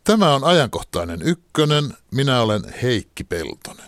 Tämä on ajankohtainen ykkönen. Minä olen Heikki Peltonen.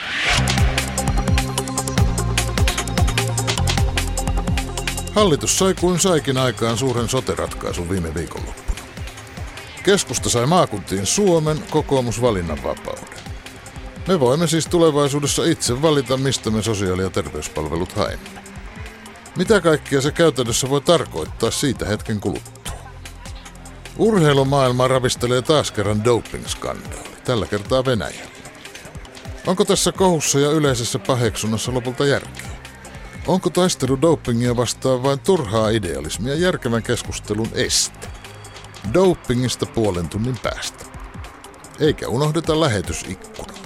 Hallitus sai kuin saikin aikaan suuren sote-ratkaisun viime viikonloppuna. Keskusta sai maakuntiin Suomen, kokoomus valinnanvapauden. Me voimme siis tulevaisuudessa itse valita, mistä me sosiaali- ja terveyspalvelut haemme. Mitä kaikkea se käytännössä voi tarkoittaa siitä hetken kuluttua? Urheilumaailmaa ravistelee taas kerran doping-skandaali, tällä kertaa Venäjällä. Onko tässä kohussa ja yleisessä paheksunnassa lopulta järkeä? Onko taistelu dopingia vastaan vain turhaa idealismia järkevän keskustelun este? Dopingista puolen tunnin päästä. Eikä unohdeta lähetysikkunaa.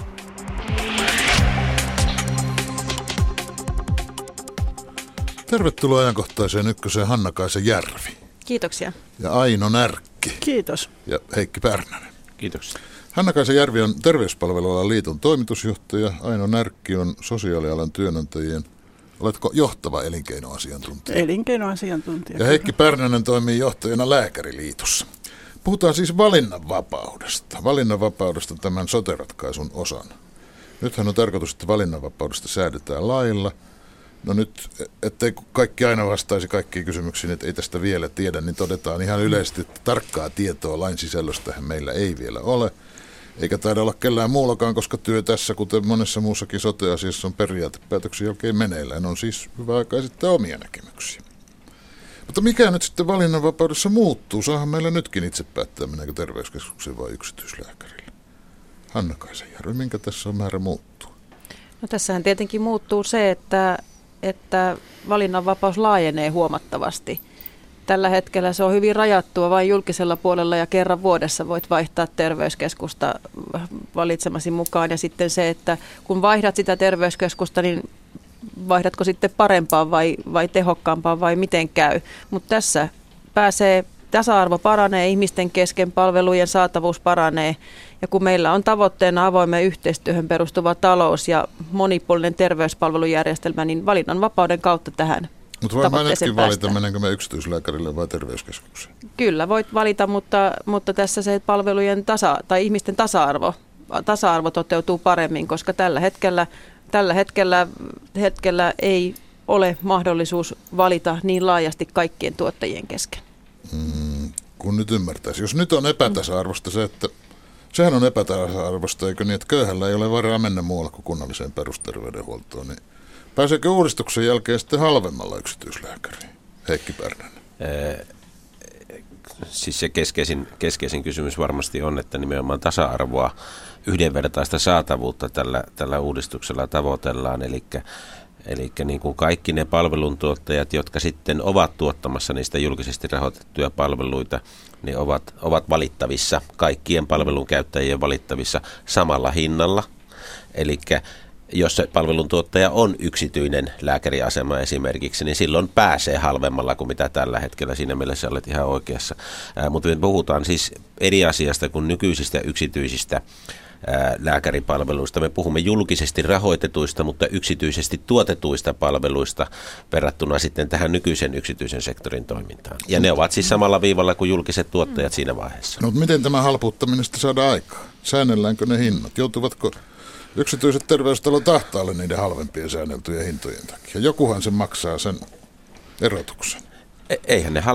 Tervetuloa ajankohtaiseen ykköseen Hannakaisa Järvi. Kiitoksia. Ja Aino Närkki. Kiitos. Ja Heikki Pärnänen. Kiitoksia. Hannakaisa Järvi on Terveyspalvelualan liiton toimitusjohtaja. Aino Närkki on sosiaalialan työnantajien. Oletko johtava elinkeinoasiantuntija? Elinkeinoasiantuntija. Ja Heikki Pärnänen toimii johtajana Lääkäriliitossa. Puhutaan siis valinnanvapaudesta. Valinnanvapaudesta tämän sote-ratkaisun osana. Nythän on tarkoitus, että valinnanvapaudesta säädetään lailla. No nyt, ettei kaikki aina vastaisi kaikkiin kysymyksiin, että ei tästä vielä tiedä, niin todetaan ihan yleisesti, että tarkkaa tietoa lain sisällöstähän meillä ei vielä ole. Eikä taida olla kellään muullakaan, koska työ tässä, kuten monessa muussakin sote-asiassa, on periaatepäätöksen jälkeen meneillään. On siis hyvä aika esittää omia näkemyksiä. Mutta mikä nyt sitten valinnanvapaudessa muuttuu? Saahan meillä nytkin itse päättää, mennäänkö terveyskeskukseen vai yksityislääkärille. Hannakaisa Järvi, minkä tässä on määrä muuttua? No tässähän tietenkin muuttuu se, että valinnanvapaus laajenee huomattavasti. Tällä hetkellä se on hyvin rajattua vain julkisella puolella ja kerran vuodessa voit vaihtaa terveyskeskusta valitsemasi mukaan. Ja sitten se, että kun vaihdat sitä terveyskeskusta, niin vaihdatko sitten parempaan vai tehokkaampaan vai miten käy. Mutta tässä tasa-arvo paranee, ihmisten kesken palvelujen saatavuus paranee. Ja kun meillä on tavoitteena avoimen yhteistyöhön perustuva talous ja monipuolinen terveyspalvelujärjestelmä, niin valinnanvapauden kautta tähän mutta voin mä nytkin valita, menenkö me yksityislääkärille vai terveyskeskukseen? Kyllä, voit valita, mutta tässä se palvelujen tai ihmisten tasa-arvo toteutuu paremmin, koska tällä hetkellä ei ole mahdollisuus valita niin laajasti kaikkien tuottajien kesken. Kun nyt ymmärtäisi. Jos nyt on epätasa-arvosta se, että sehän on epätasa-arvosta, eikö niin, että köyhällä ei ole varaa mennä muualle kuin kunnalliseen perusterveydenhuoltoon, niin pääseekö uudistuksen jälkeen sitten halvemmalla yksityislääkäriin? Heikki Pärnänen. Siis se keskeisin kysymys varmasti on, että nimenomaan tasa-arvoa, yhdenvertaista saatavuutta tällä uudistuksella tavoitellaan. Eli niin kuin kaikki ne palveluntuottajat, jotka sitten ovat tuottamassa niistä julkisesti rahoitettuja palveluita, niin ovat valittavissa, kaikkien palvelun käyttäjien valittavissa samalla hinnalla. Eli jos se palveluntuottaja on yksityinen lääkäriasema esimerkiksi, niin silloin pääsee halvemmalla kuin mitä tällä hetkellä. Siinä mielessä olet ihan oikeassa. Mutta me puhutaan siis eri asiasta kuin nykyisistä yksityisistä lääkäripalveluista. Me puhumme julkisesti rahoitetuista, mutta yksityisesti tuotetuista palveluista verrattuna sitten tähän nykyisen yksityisen sektorin toimintaan. Ja ne ovat siis samalla viivalla kuin julkiset tuottajat siinä vaiheessa. No, mutta miten tämä halpuuttaminen sitten saadaan aikaan? Säännelläänkö ne hinnat? Joutuvatko yksityiset terveystalot ahtaalle niiden halvempien säänneltyjen hintojen takia? Jokuhan se maksaa sen erotuksen. Eihän ne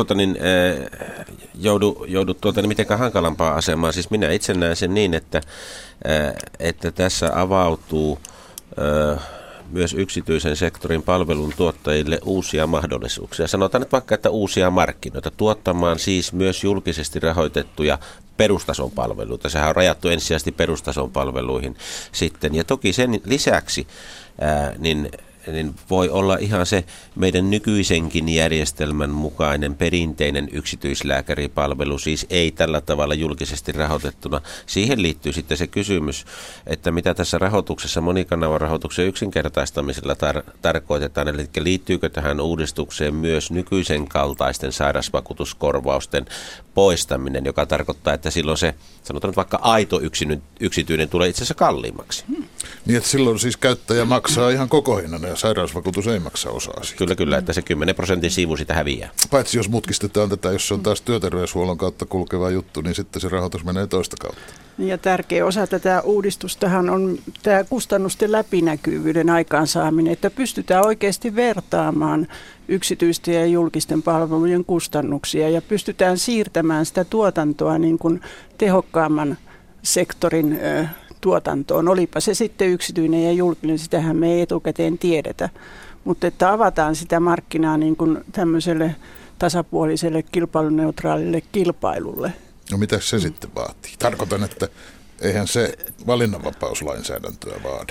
joudu mitenkään hankalampaa asemaan. Siis minä itse näen sen niin, että tässä avautuu myös yksityisen sektorin palvelun tuottajille uusia mahdollisuuksia. Sanotaan nyt vaikka, että uusia markkinoita tuottamaan siis myös julkisesti rahoitettuja perustason palveluita. Sehän on rajattu ensisijaisesti perustason palveluihin sitten. Ja toki sen lisäksi niin voi olla ihan se meidän nykyisenkin järjestelmän mukainen perinteinen yksityislääkäripalvelu, siis ei tällä tavalla julkisesti rahoitettuna. Siihen liittyy sitten se kysymys, että mitä tässä rahoituksessa monikanavan rahoituksen yksinkertaistamisella tarkoitetaan, eli liittyykö tähän uudistukseen myös nykyisen kaltaisten sairausvakuutuskorvausten poistaminen, joka tarkoittaa, että silloin se, sanotaan nyt vaikka aito yksityinen tulee itse asiassa kalliimmaksi. Niin, että silloin siis käyttäjä maksaa ihan koko hinnan ja sairausvakuutus ei maksa osaa siitä. Kyllä, että se 10% siivu sitä häviää. Paitsi jos mutkistetaan tätä, jos se on taas työterveyshuollon kautta kulkeva juttu, niin sitten se rahoitus menee toista kautta. Ja tärkeä osa tätä uudistustahan on tämä kustannusten läpinäkyvyyden aikaansaaminen, että pystytään oikeasti vertaamaan yksityisten ja julkisten palvelujen kustannuksia ja pystytään siirtämään sitä tuotantoa niin kuin tehokkaamman sektorin tuotantoon. Olipa se sitten yksityinen ja julkinen, sitähän me ei etukäteen tiedetä, mutta että avataan sitä markkinaa niin kuin tämmöiselle tasapuoliselle kilpailuneutraalille kilpailulle. No mitä se sitten vaatii? Tarkoitan, että eihän se valinnanvapauslainsäädäntöä vaadi.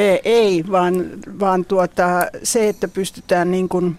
Ei, vaan se, että pystytään niin kuin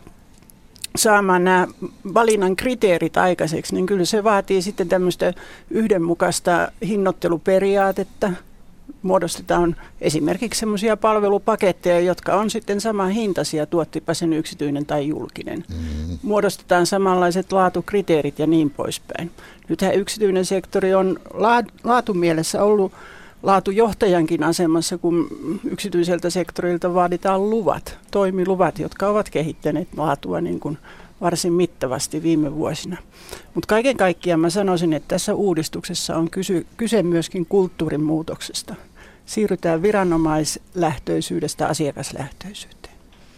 saamaan nämä valinnan kriteerit aikaiseksi, niin kyllä se vaatii sitten tämmöistä yhdenmukaista hinnoitteluperiaatetta. Muodostetaan esimerkiksi semmoisia palvelupaketteja, jotka on sitten saman hintaisia, tuottipa sen yksityinen tai julkinen. Muodostetaan samanlaiset laatukriteerit ja niin poispäin. Nythän yksityinen sektori on laatumielessä ollut laatujohtajankin asemassa, kun yksityiseltä sektorilta vaaditaan toimiluvat, jotka ovat kehittäneet laatua niin kuin varsin mittavasti viime vuosina. Mutta kaiken kaikkiaan mä sanoisin, että tässä uudistuksessa on kyse myöskin kulttuurin muutoksesta. Siirrytään viranomaislähtöisyydestä asiakaslähtöisyyteen.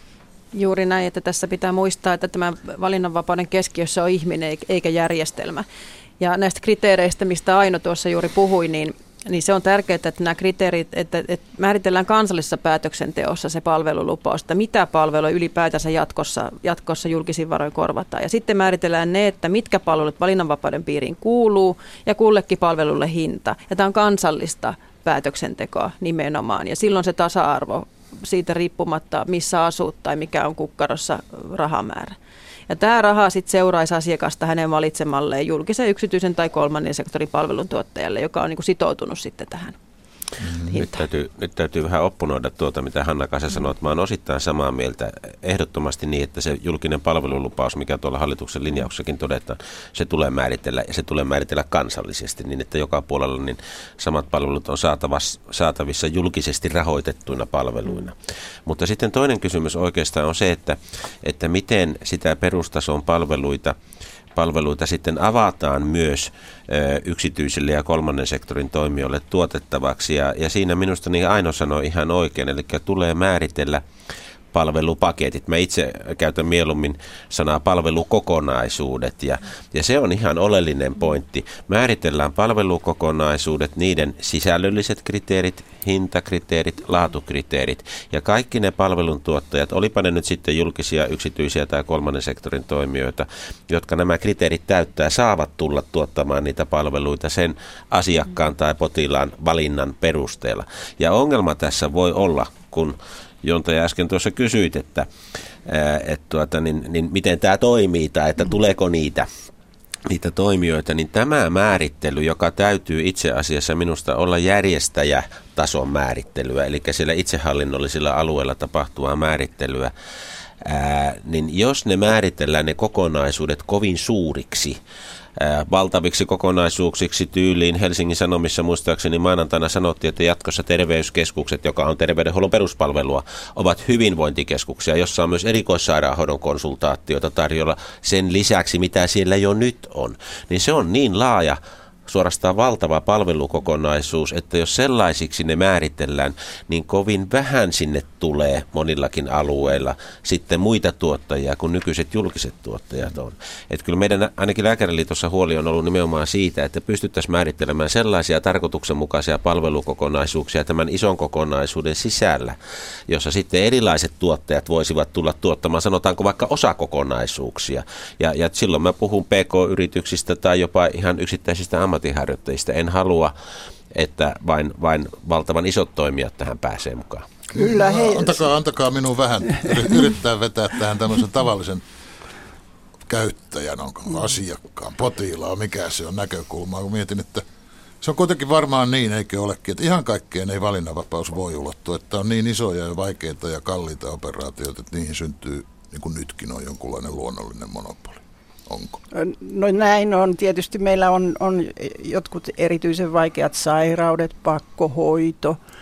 Juuri näin, että tässä pitää muistaa, että tämä valinnanvapauden keskiössä on ihminen eikä järjestelmä. Ja näistä kriteereistä, mistä Aino tuossa juuri puhui, niin se on tärkeää, että nämä kriteerit, että määritellään kansallisessa päätöksenteossa se palvelulupaus, että mitä palveluja ylipäätänsä jatkossa julkisin varoin korvataan. Ja sitten määritellään ne, että mitkä palvelut valinnanvapauden piiriin kuuluu ja kullekin palvelulle hinta. Ja tämä on kansallista päätöksentekoa nimenomaan. Ja silloin se tasa-arvo siitä riippumatta, missä asut tai mikä on kukkarossa rahamäärä. Ja tämä raha sitten seuraisi asiakasta hänen valitsemalleen julkisen, yksityisen tai kolmannen sektorin palveluntuottajalle, joka on niin kuin sitoutunut sitten tähän. Nyt täytyy vähän opponoida tuota, mitä Hanna-Kaisa sanoi, että mä oon osittain samaa mieltä ehdottomasti niin, että se julkinen palvelulupaus, mikä tuolla hallituksen linjauksessakin todetaan, se tulee määritellä ja se tulee määritellä kansallisesti niin, että joka puolella niin samat palvelut on saatavissa julkisesti rahoitettuina palveluina. Mutta sitten toinen kysymys oikeastaan on se, että miten sitä perustason palveluita sitten avataan myös yksityisille ja kolmannen sektorin toimijoille tuotettavaksi. Ja siinä minusta niin Aino sanoi ihan oikein, eli tulee määritellä palvelupaketit. Mä itse käytän mieluummin sanaa palvelukokonaisuudet ja se on ihan oleellinen pointti. Määritellään palvelukokonaisuudet, niiden sisällölliset kriteerit, hintakriteerit, laatukriteerit ja kaikki ne palveluntuottajat, olipa ne nyt sitten julkisia, yksityisiä tai kolmannen sektorin toimijoita, jotka nämä kriteerit täyttää, saavat tulla tuottamaan niitä palveluita sen asiakkaan tai potilaan valinnan perusteella. Ja ongelma tässä voi olla, kun Jonta äsken tuossa kysyit, että miten tämä toimii tai että tuleeko niitä toimijoita, niin tämä määrittely, joka täytyy itse asiassa minusta olla järjestäjätason määrittelyä, eli siellä itsehallinnollisilla alueilla tapahtuvaa määrittelyä, niin jos ne määritellään ne kokonaisuudet kovin suuriksi, valtaviksi kokonaisuuksiksi tyyliin Helsingin Sanomissa muistaakseni maanantaina sanottiin, että jatkossa terveyskeskukset, joka on terveydenhuollon peruspalvelua, ovat hyvinvointikeskuksia, jossa on myös erikoissairaanhoidon konsultaatioita tarjolla sen lisäksi, mitä siellä jo nyt on. Niin se on niin laaja, suorastaan valtava palvelukokonaisuus, että jos sellaisiksi ne määritellään, niin kovin vähän sinne tulee monillakin alueilla sitten muita tuottajia kuin nykyiset julkiset tuottajat on. Että kyllä meidän ainakin Lääkäriliitossa huoli on ollut nimenomaan siitä, että pystyttäisiin määrittelemään sellaisia tarkoituksenmukaisia palvelukokonaisuuksia tämän ison kokonaisuuden sisällä, jossa sitten erilaiset tuottajat voisivat tulla tuottamaan, sanotaanko vaikka osakokonaisuuksia. Ja silloin mä puhun PK-yrityksistä tai jopa ihan yksittäisistä ammatinharjoittajista. En halua, että vain valtavan isot toimijat tähän pääsee mukaan. Kyllä, antakaa minun vähän yrittää vetää tähän tämmöisen tavallisen käyttäjän, onko asiakkaan, potilaan, mikä se on näkökulma. Kun mietin, että se on kuitenkin varmaan niin, eikö olekin, että ihan kaikkeen ei valinnanvapaus voi ulottua, että on niin isoja ja vaikeita ja kalliita operaatioita, että niihin syntyy, niin kuin nytkin on, jonkunlainen luonnollinen monopoli. Onko? No näin on. Tietysti meillä on jotkut erityisen vaikeat sairaudet, pakkohoito,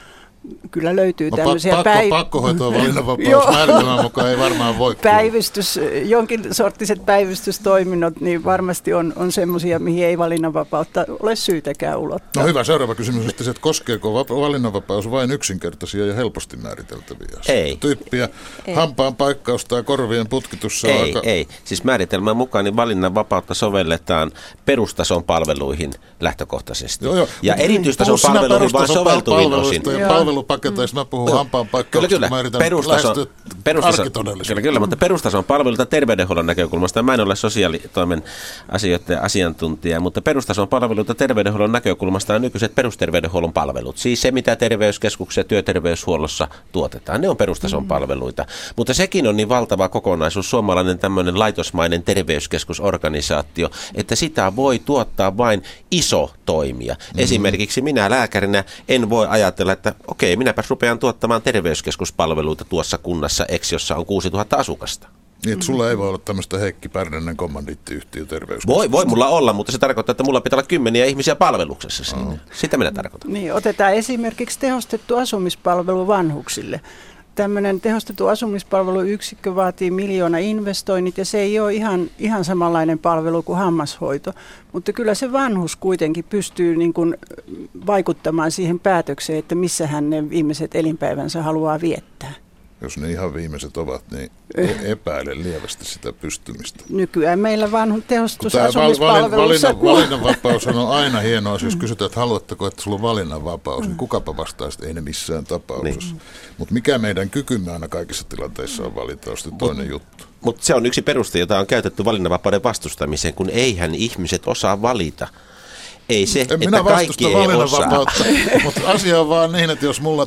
kyllä löytyy tämmöisiä pakkohoitoa valinnanvapausmääritelmän mukaan ei varmaan voi. Jonkin sorttiset päivystystoiminnot niin varmasti on semmoisia, mihin ei valinnanvapautta ole syytäkään ulottaa. No hyvä, seuraava kysymys on sitten, että koskeeko valinnanvapaus vain yksinkertaisia ja helposti määriteltäviä asioita? Ei. Tyyppiä hampaan paikkaus tai korvien putkitus. Ei. Siis määritelmän mukaan niin valinnanvapautta sovelletaan perustason palveluihin lähtökohtaisesti. Joo. Ja erityistason palveluihin vaan soveltuvin osin. Ja palvelupaketeissa mä puhun hampaan paikkauksesta, mä yritän lähestyä arkitodellisuutta. Kyllä, mutta perustason palveluita terveydenhuollon näkökulmasta, mä en ole sosiaalitoimen asioiden asiantuntija, mutta perustason palveluita terveydenhuollon näkökulmasta on nykyiset perusterveydenhuollon palvelut. Siis se, mitä terveyskeskuksia ja työterveyshuollossa tuotetaan, ne on perustason palveluita. Mutta sekin on niin valtava kokonaisuus, suomalainen tämmöinen laitosmainen terveyskeskusorganisaatio, että sitä voi tuottaa vain iso toimija. Esimerkiksi minä lääkärinä en voi ajatella, että okei, minäpäs rupean tuottamaan terveyskeskuspalveluita tuossa kunnassa X, jossa on 6000 asukasta. Niin, että sulla ei voi olla tämmöistä Heikki Pärnänen kommandiittiyhtiö terveyskeskuksessa. Voi mulla olla, mutta se tarkoittaa, että mulla pitää olla 10 ihmisiä palveluksessa siinä. Sitä minä tarkoitan. Niin, otetaan esimerkiksi tehostettu asumispalvelu vanhuksille. Tämmöinen tehostettu asumispalveluyksikkö vaatii 1 miljoona investoinnit ja se ei ole ihan samanlainen palvelu kuin hammashoito. Mutta kyllä se vanhus kuitenkin pystyy niin kuin vaikuttamaan siihen päätökseen, että missä hän ne viimeiset elinpäivänsä haluaa viettää. Jos ne ihan viimeiset ovat, niin epäile lievästi sitä pystymistä. Nykyään meillä tehostusasumispalvelussa... Valinnanvapaus on aina hienoa, jos kysytään, että haluatteko, että sulla on valinnanvapaus, niin kukapa vastaa, että ei ne missään tapauksessa. Niin. Mutta mikä meidän kykymme aina kaikissa tilanteissa on valita, on sitten toinen juttu. Mutta se on yksi peruste, jota on käytetty valinnanvapauden vastustamiseen, kun eihän ihmiset osaa valita. Ei se, että minä kaikki ei osaa. Mutta asia on vaan niin, että jos mulla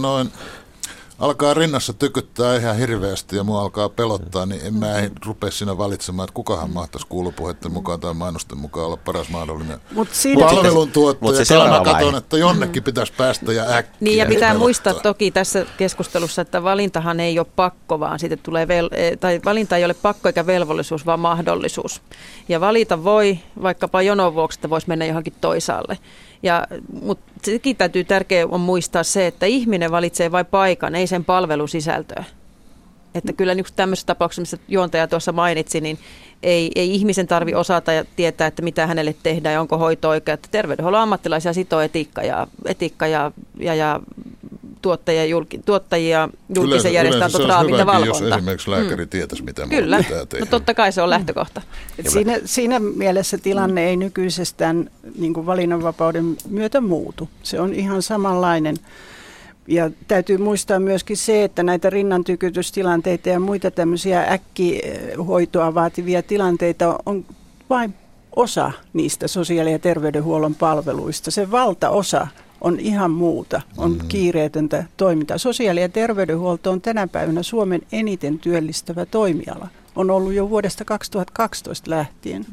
alkaa rinnassa tykyttää ihan hirveästi ja mua alkaa pelottaa, niin en mä rupea siinä valitsemaan, että kukahan mahtaisi kuulupuheiden mukaan tai mainosten mukaan olla paras mahdollinen palveluntuottaja. Mä katson, että jonnekin pitäisi päästä ja äkkiä. Niin ja pitää muistaa toki tässä keskustelussa, että valintahan ei ole pakko, vaan siitä tulee valinta ei ole pakko eikä velvollisuus, vaan mahdollisuus. Ja valita voi vaikkapa jonon vuoksi, että voisi mennä johonkin toisaalle. Mutta sekin tärkeää on muistaa se, että ihminen valitsee vain paikan, ei sen palvelusisältöä. Että kyllä niin tämmöisessä tapauksessa, missä juontaja tuossa mainitsi, niin ei ihmisen tarvitse osata ja tietää, että mitä hänelle tehdään ja onko hoito oikea. Että terveydenhuollon ammattilaisia sitoo etiikka ja tuottajia julkisen järjestön raavin jos esimerkiksi lääkäri tietäisi, mitä kyllä. Pitää tehdä. No totta kai se on lähtökohta. Siinä mielessä tilanne ei nykyisestään niin kuin valinnanvapauden myötä muutu. Se on ihan samanlainen. Ja täytyy muistaa myöskin se, että näitä rinnantykytystilanteita ja muita tämmöisiä äkkihoitoa vaativia tilanteita on vain osa niistä sosiaali- ja terveydenhuollon palveluista. Se valtaosa on ihan muuta, on kiireetöntä toimintaa. Sosiaali- ja terveydenhuolto on tänä päivänä Suomen eniten työllistävä toimiala. On ollut jo vuodesta 2012 lähtien.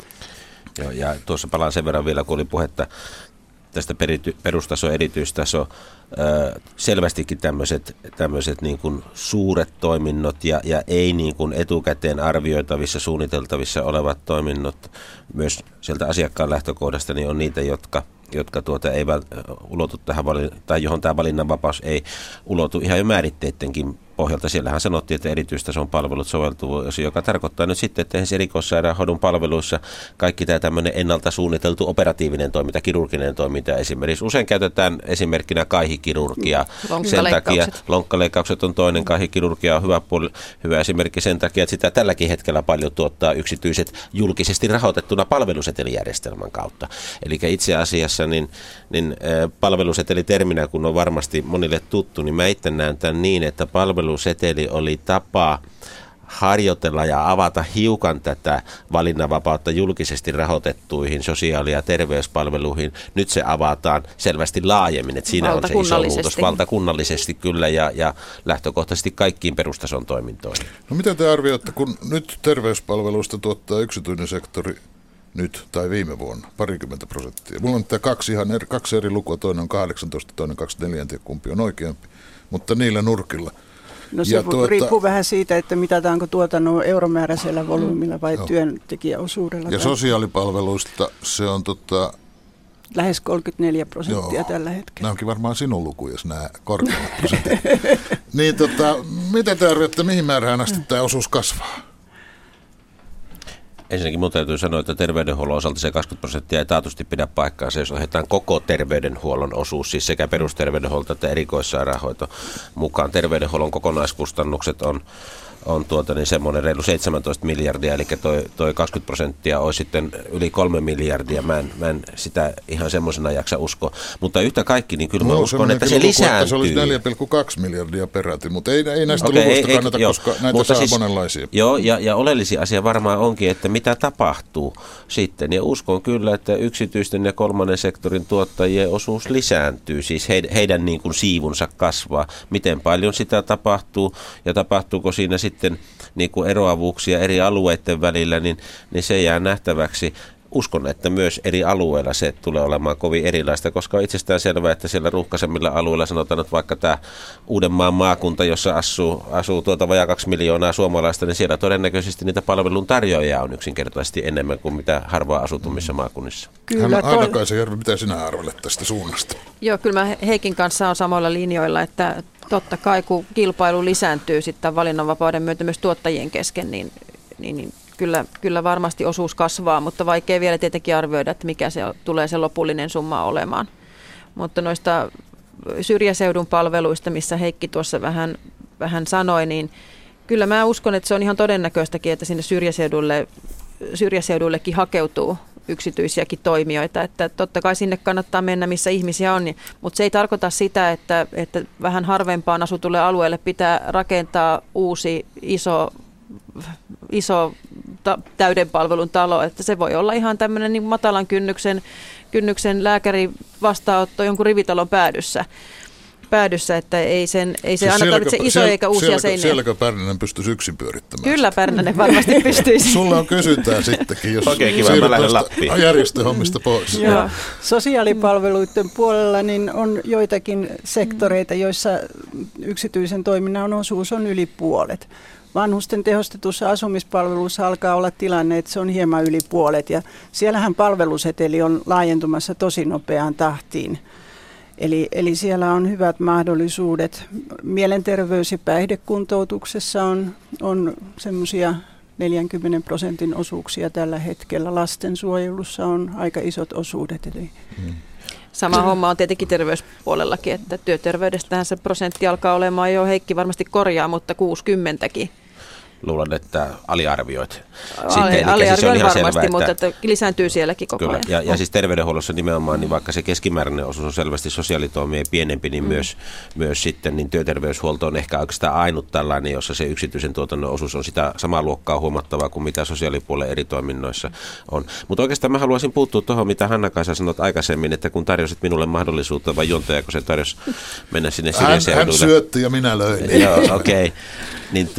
Joo, ja tuossa palaan sen verran vielä, kun oli puhetta tästä perustaso, erityistaso, selvästikin tämmöiset niin kuin suuret toiminnot ja ei niin kuin etukäteen arvioitavissa, suunniteltavissa olevat toiminnot myös sieltä asiakkaan lähtökohdasta, niin on niitä, jotka eivät ulotu tähän tai johon tämä valinnanvapaus ei ulotu ihan jo määritteittenkin pohjalta. Siellähän sanottiin, että erityistason palvelut soveltuu, joka tarkoittaa nyt sitten, että erikoissairaanhoidon palveluissa kaikki tämä tämmöinen ennalta suunniteltu operatiivinen toiminta, kirurginen toiminta esimerkiksi. Usein käytetään esimerkkinä kaihikirurgia. Sen takia lonkkaleikkaukset on toinen, kaihikirurgia on hyvä esimerkki sen takia, että sitä tälläkin hetkellä paljon tuottaa yksityiset julkisesti rahoitettuna palvelusetelijärjestelmän kautta. Eli itse asiassa niin palveluseteli-terminä, kun on varmasti monille tuttu, niin mä itse näen tämän niin, että palveluseteli oli tapa harjoitella ja avata hiukan tätä valinnanvapautta julkisesti rahoitettuihin sosiaali- ja terveyspalveluihin. Nyt se avataan selvästi laajemmin, että siinä on se iso muutos valtakunnallisesti kyllä ja lähtökohtaisesti kaikkiin perustason toimintoihin. No mitä te arvioitte, kun nyt terveyspalveluista tuottaa yksityinen sektori nyt tai viime vuonna 20%? Mulla on tämä kaksi eri lukua, toinen on 18, toinen 24, en tiedä kumpi on oikeampi, mutta niillä nurkilla. No se riippuu vähän siitä, että mitataanko tuotannon euromääräisellä volyymilla vai työntekijäosuudella. Ja sosiaalipalveluista se on lähes 34% tällä hetkellä. Nämä onkin varmaan sinun lukuja, nämä korkeammat prosentit. Niin, mitä te arvioitte, mihin määrään asti tämä osuus kasvaa? Ensinnäkin minun täytyy sanoa, että terveydenhuollon osalta se 20% ei taatusti pidä paikkaansa, jos otetaan koko terveydenhuollon osuus, siis sekä perusterveydenhuolto että erikoissairaanhoito mukaan. Terveydenhuollon kokonaiskustannukset on semmoinen reilu 17 miljardia, eli toi 20% olisi sitten yli 3 miljardia. Mä en sitä ihan semmoisena jaksa uskoa. Mutta yhtä kaikki, niin kyllä mä uskon, että se lisääntyy. Se olisi 4,2 miljardia peräti, mutta ei näistä luvuista kannata, koska näitä saa monenlaisia. Joo, ja oleellisia asia varmaan onkin, että mitä tapahtuu sitten. Ja uskon kyllä, että yksityisten ja kolmannen sektorin tuottajien osuus lisääntyy, siis heidän niin kuin siivunsa kasvaa. Miten paljon sitä tapahtuu ja tapahtuuko siinä sitten niin kuin eroavuuksia eri alueiden välillä, niin se jää nähtäväksi. Uskon, että myös eri alueilla se tulee olemaan kovin erilaista, koska on itsestään selvää, että siellä ruuhkaisemmilla alueilla, sanotaan nyt vaikka tämä Uudenmaan maakunta, jossa asuu vajaa 2 miljoonaa suomalaista, niin siellä todennäköisesti niitä palvelun tarjoajia on yksinkertaisesti enemmän kuin mitä harvaan asutummissa maakunnissa. Kyllä, Aina-Kaisa-Järvi, mitä sinä arvelet tästä suunnasta? Joo, kyllä mä Heikin kanssa on samoilla linjoilla, että totta kai kun kilpailu lisääntyy sitten valinnanvapauden myötä myös tuottajien kesken, niin kyllä varmasti osuus kasvaa, mutta vaikea vielä tietenkin arvioida, että mikä tulee se lopullinen summa olemaan. Mutta noista syrjäseudun palveluista, missä Heikki tuossa vähän sanoi, niin kyllä mä uskon, että se on ihan todennäköistäkin, että sinne syrjäseudullekin hakeutuu yksityisiäkin toimijoita, että totta kai sinne kannattaa mennä, missä ihmisiä on, mutta se ei tarkoita sitä, että vähän harvempaan asutulle alueelle pitää rakentaa uusi iso täyden palvelun talo, että se voi olla ihan tämmöinen niin matalan kynnyksen lääkärin vastaanotto jonkun rivitalon päädyssä, että ei se aina tarvitse isoja eikä uusia seiniä. Sielläkö Pärnänen pystyisi yksin pyörittämään? Kyllä Pärnänen varmasti pystyisi. Sulla on kysyntää sittenkin, jos siirryt tuosta järjestöhommista pois. Joo. Sosiaalipalveluiden puolella niin on joitakin sektoreita, joissa yksityisen toiminnan osuus on yli puolet. Vanhusten tehostetussa asumispalvelussa alkaa olla tilanne, että se on hieman yli puolet ja siellähän palveluseteli on laajentumassa tosi nopeaan tahtiin. Eli siellä on hyvät mahdollisuudet. Mielenterveys- ja päihdekuntoutuksessa on semmoisia 40% osuuksia tällä hetkellä. Lastensuojelussa on aika isot osuudet. Sama homma on tietenkin terveyspuolellakin, että työterveydestähän se prosentti alkaa olemaan jo, Heikki varmasti korjaa, mutta 60kin. Luulen, että aliarvioit. Aliarvioin varmasti, mutta että lisääntyy sielläkin koko ajan. Ja siis terveydenhuollossa nimenomaan, niin vaikka se keskimääräinen osuus on selvästi sosiaalitoimien pienempi, niin myös sitten niin työterveyshuolto on ehkä oikeastaan ainut tällainen, jossa se yksityisen tuotannon osuus on sitä samaa luokkaa huomattavaa kuin mitä sosiaalipuolen eri toiminnoissa on. Mutta oikeastaan mä haluaisin puuttua tuohon, mitä Hanna-Kaisa sanoit aikaisemmin, että kun tarjosit minulle mahdollisuutta, vai Jontaja, kun se tarjosi mennä sinne syrjäseudulle. Hän syötti ja minä löin. Joo, okei. Niin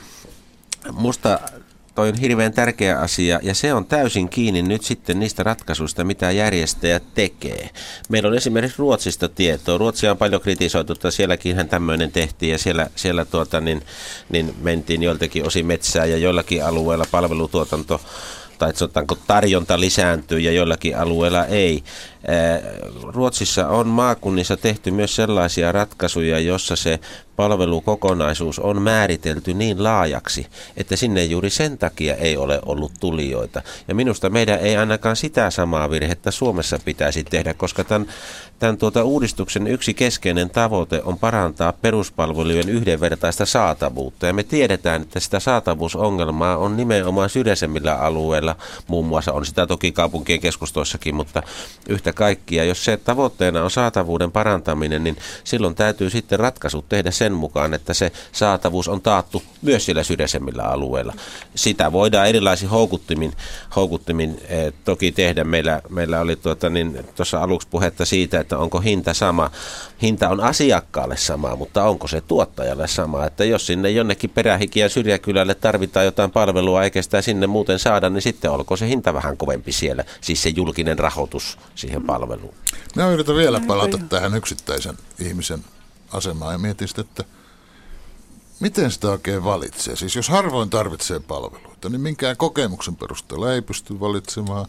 musta toi on hirveän tärkeä asia ja se on täysin kiinni nyt sitten niistä ratkaisuista, mitä järjestäjät tekee. Meillä on esimerkiksi Ruotsista tietoa. Ruotsia on paljon kritisoitu, että sielläkinhän tämmöinen tehtiin ja siellä mentiin joiltakin osin metsää ja joillakin alueilla palvelutuotanto tai sanotaanko tarjonta lisääntyy ja joillakin alueilla ei. Ruotsissa on maakunnissa tehty myös sellaisia ratkaisuja, jossa se palvelukokonaisuus on määritelty niin laajaksi, että sinne juuri sen takia ei ole ollut tulijoita. Ja minusta meidän ei ainakaan sitä samaa virhettä Suomessa pitäisi tehdä, koska tämän uudistuksen yksi keskeinen tavoite on parantaa peruspalvelujen yhdenvertaista saatavuutta. Ja me tiedetään, että sitä saatavuusongelmaa on nimenomaan syrjäisemmillä alueilla, muun muassa on sitä toki kaupunkien keskustoissakin, mutta yhtä kaikkia. Jos se tavoitteena on saatavuuden parantaminen, niin silloin täytyy sitten ratkaisut tehdä sen mukaan, että se saatavuus on taattu myös siellä syrjäisemmillä alueilla. Sitä voidaan erilaisin houkuttimin toki tehdä. Meillä oli tuossa aluksi puhetta siitä, että onko hinta sama. Hinta on asiakkaalle sama, mutta onko se tuottajalle sama? Että jos sinne jonnekin perähikiän syrjäkylälle tarvitaan jotain palvelua eikä sitä sinne muuten saada, niin sitten olko se hinta vähän kovempi siellä, siis se julkinen rahoitus siihen palveluun. Minä yritän vielä palata tähän yksittäisen ihmisen asemaan ja mietin sitä, että miten sitä oikein valitsee. Siis jos harvoin tarvitsee palveluita, niin minkään kokemuksen perusteella ei pysty valitsemaan.